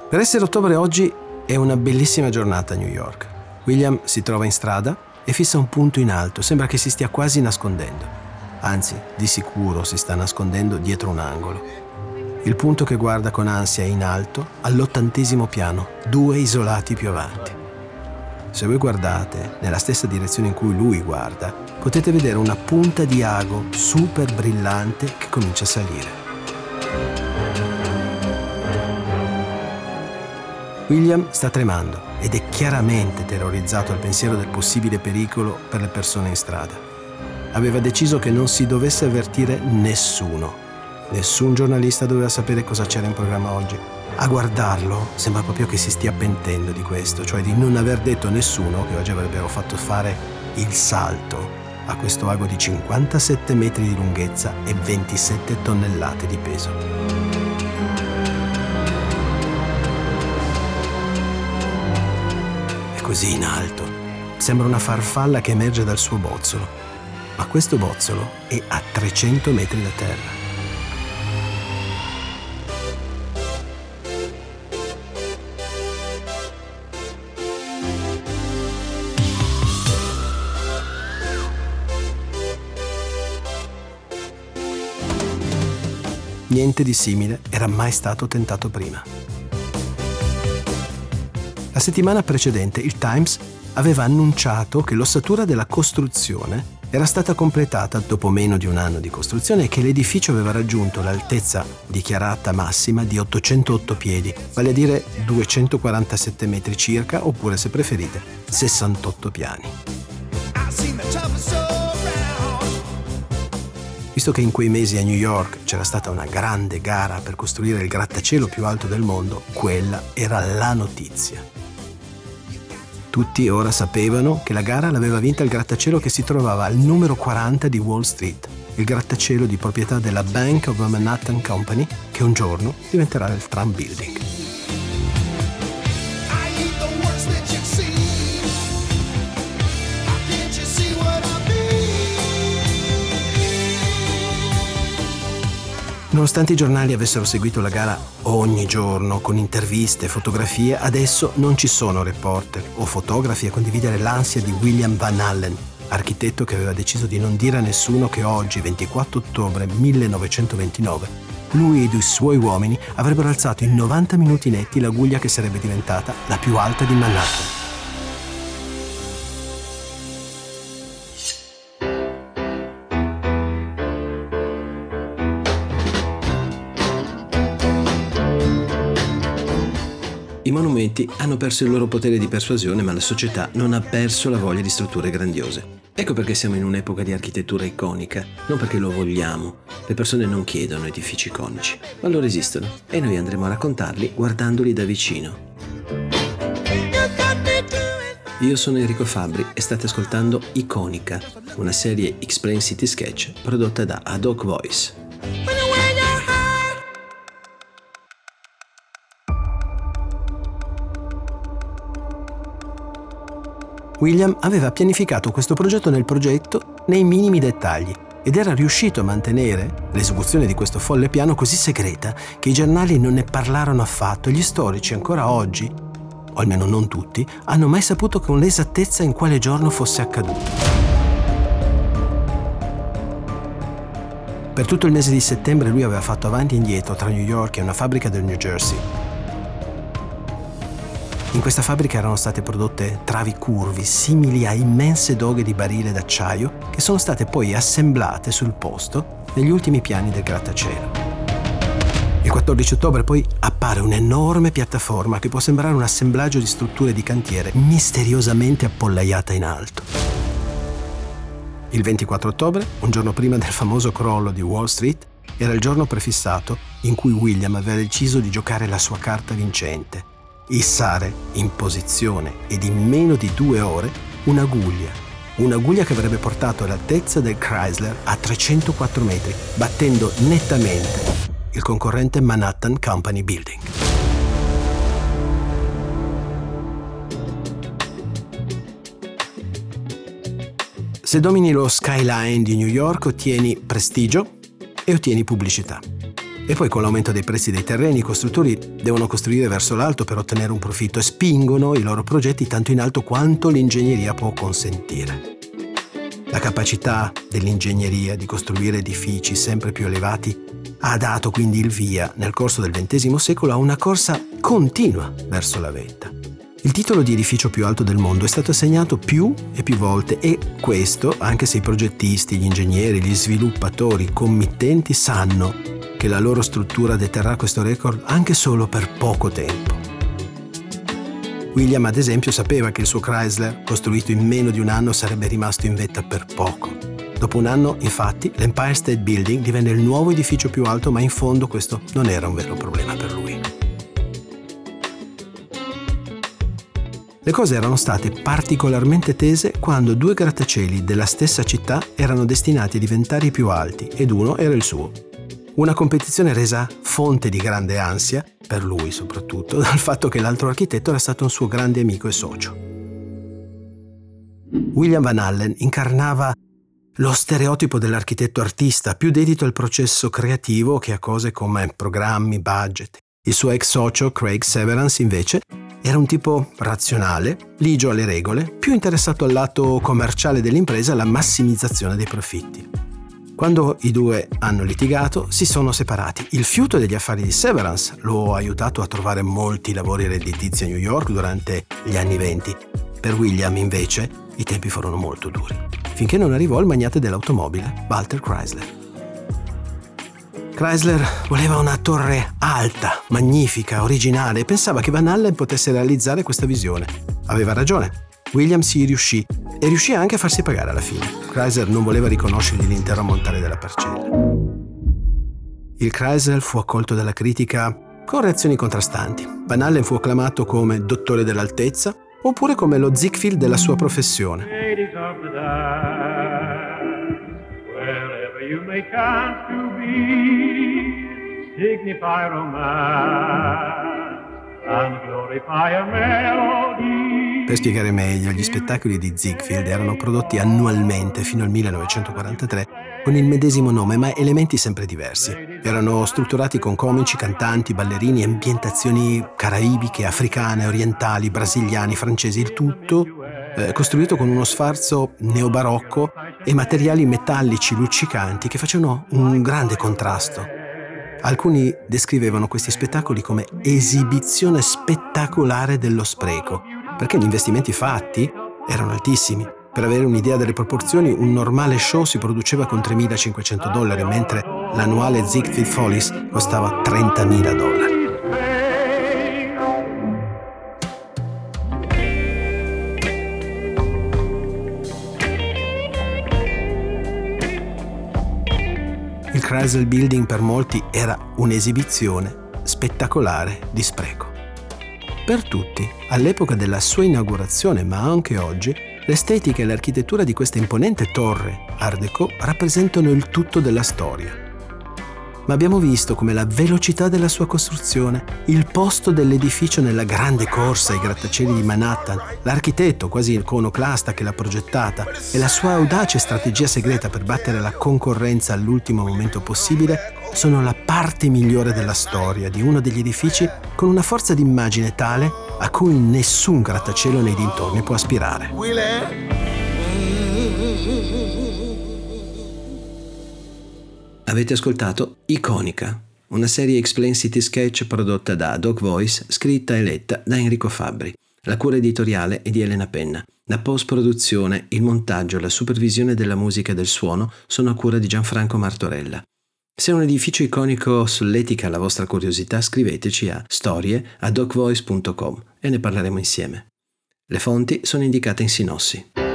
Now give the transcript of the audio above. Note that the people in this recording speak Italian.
Per essere ottobre oggi è una bellissima giornata a New York. William si trova in strada e fissa un punto in alto, sembra che si stia quasi nascondendo. Anzi, di sicuro si sta nascondendo dietro un angolo. Il punto che guarda con ansia è in alto, all'80° piano, 2 isolati più avanti. Se voi guardate nella stessa direzione in cui lui guarda, potete vedere una punta di ago super brillante che comincia a salire. William sta tremando ed è chiaramente terrorizzato al pensiero del possibile pericolo per le persone in strada. Aveva deciso che non si dovesse avvertire nessuno. Nessun giornalista doveva sapere cosa c'era in programma oggi. A guardarlo sembra proprio che si stia pentendo di questo, cioè di non aver detto a nessuno che oggi avrebbero fatto fare il salto a questo ago di 57 metri di lunghezza e 27 tonnellate di peso. Così in alto. Sembra una farfalla che emerge dal suo bozzolo. Ma questo bozzolo è a 300 metri da terra. Niente di simile era mai stato tentato prima. La settimana precedente il Times aveva annunciato che l'ossatura della costruzione era stata completata dopo meno di un anno di costruzione e che l'edificio aveva raggiunto l'altezza dichiarata massima di 808 piedi, vale a dire 247 metri circa, oppure se preferite 68 piani. Visto che in quei mesi a New York c'era stata una grande gara per costruire il grattacielo più alto del mondo, quella era la notizia. Tutti ora sapevano che la gara l'aveva vinta il grattacielo che si trovava al numero 40 di Wall Street, il grattacielo di proprietà della Bank of Manhattan Company, che un giorno diventerà il Trump Building. Nonostante i giornali avessero seguito la gara ogni giorno con interviste e fotografie, adesso non ci sono reporter o fotografi a condividere l'ansia di William Van Allen, architetto che aveva deciso di non dire a nessuno che oggi, 24 ottobre 1929, lui ed i suoi uomini avrebbero alzato in 90 minuti netti la guglia che sarebbe diventata la più alta di Manhattan. I monumenti hanno perso il loro potere di persuasione, ma la società non ha perso la voglia di strutture grandiose. Ecco perché siamo in un'epoca di architettura iconica, non perché lo vogliamo. Le persone non chiedono edifici iconici, ma loro esistono e noi andremo a raccontarli guardandoli da vicino. Io sono Enrico Fabbri e state ascoltando Iconica, una serie X-Plane City Sketch prodotta da Ad Hoc Voice. William aveva pianificato questo progetto nei minimi dettagli ed era riuscito a mantenere l'esecuzione di questo folle piano così segreta che i giornali non ne parlarono affatto e gli storici ancora oggi, o almeno non tutti, hanno mai saputo con esattezza in quale giorno fosse accaduto. Per tutto il mese di settembre lui aveva fatto avanti e indietro tra New York e una fabbrica del New Jersey. In questa fabbrica erano state prodotte travi curvi simili a immense doghe di barile d'acciaio che sono state poi assemblate sul posto negli ultimi piani del grattacielo. Il 14 ottobre poi appare un'enorme piattaforma che può sembrare un assemblaggio di strutture di cantiere misteriosamente appollaiata in alto. Il 24 ottobre, un giorno prima del famoso crollo di Wall Street, era il giorno prefissato in cui William aveva deciso di giocare la sua carta vincente: issare in posizione ed in meno di 2 ore un'aguglia che avrebbe portato l'altezza del Chrysler a 304 metri, battendo nettamente il concorrente Manhattan Company Building. Se domini lo skyline di New York ottieni prestigio e ottieni pubblicità. E poi con l'aumento dei prezzi dei terreni i costruttori devono costruire verso l'alto per ottenere un profitto e spingono i loro progetti tanto in alto quanto l'ingegneria può consentire. La capacità dell'ingegneria di costruire edifici sempre più elevati ha dato quindi il via nel corso del XX secolo a una corsa continua verso la vetta. Il titolo di edificio più alto del mondo è stato assegnato più e più volte e questo anche se i progettisti, gli ingegneri, gli sviluppatori, i committenti sanno che la loro struttura deterrà questo record anche solo per poco tempo. William, ad esempio, sapeva che il suo Chrysler, costruito in meno di un anno, sarebbe rimasto in vetta per poco. Dopo un anno, infatti, l'Empire State Building divenne il nuovo edificio più alto, ma in fondo questo non era un vero problema per lui. Le cose erano state particolarmente tese quando 2 grattacieli della stessa città erano destinati a diventare i più alti ed uno era il suo. Una competizione resa fonte di grande ansia, per lui soprattutto, dal fatto che l'altro architetto era stato un suo grande amico e socio. William Van Allen incarnava lo stereotipo dell'architetto artista, più dedito al processo creativo che a cose come programmi, budget. Il suo ex socio, Craig Severance, invece, era un tipo razionale, ligio alle regole, più interessato al lato commerciale dell'impresa e alla massimizzazione dei profitti. Quando i due hanno litigato, si sono separati. Il fiuto degli affari di Severance lo ha aiutato a trovare molti lavori redditizi a New York durante gli anni '20. Per William, invece, i tempi furono molto duri, finché non arrivò il magnate dell'automobile, Walter Chrysler. Chrysler voleva una torre alta, magnifica, originale e pensava che Van Allen potesse realizzare questa visione. Aveva ragione. William ci riuscì e riuscì anche a farsi pagare alla fine. Chrysler non voleva riconoscergli l'intero ammontare della parcella. Il Chrysler fu accolto dalla critica con reazioni contrastanti. Van Allen fu acclamato come dottore dell'altezza oppure come lo Ziegfeld della sua professione. Per spiegare meglio, gli spettacoli di Ziegfeld erano prodotti annualmente fino al 1943 con il medesimo nome, ma elementi sempre diversi. Erano strutturati con comici, cantanti, ballerini, ambientazioni caraibiche, africane, orientali, brasiliani, francesi, il tutto costruito con uno sfarzo neobarocco e materiali metallici luccicanti che facevano un grande contrasto. Alcuni descrivevano questi spettacoli come esibizione spettacolare dello spreco, perché gli investimenti fatti erano altissimi. Per avere un'idea delle proporzioni, un normale show si produceva con $3.500, mentre l'annuale Ziegfeld Follies costava $30.000. Il Chrysler Building per molti era un'esibizione spettacolare di spreco. Per tutti, all'epoca della sua inaugurazione, ma anche oggi, l'estetica e l'architettura di questa imponente torre Art Deco rappresentano il tutto della storia. Ma abbiamo visto come la velocità della sua costruzione, il posto dell'edificio nella grande corsa ai grattacieli di Manhattan, l'architetto quasi iconoclasta che l'ha progettata e la sua audace strategia segreta per battere la concorrenza all'ultimo momento possibile sono la parte migliore della storia di uno degli edifici con una forza d'immagine tale a cui nessun grattacielo nei dintorni può aspirare. Avete ascoltato Iconica, una serie Explain City Sketch prodotta da Doc Voice, scritta e letta da Enrico Fabbri. La cura editoriale è di Elena Penna. La post-produzione, il montaggio e la supervisione della musica e del suono sono a cura di Gianfranco Martorella. Se un edificio iconico solletica la vostra curiosità, scriveteci a storie@docvoice.com e ne parleremo insieme. Le fonti sono indicate in sinossi.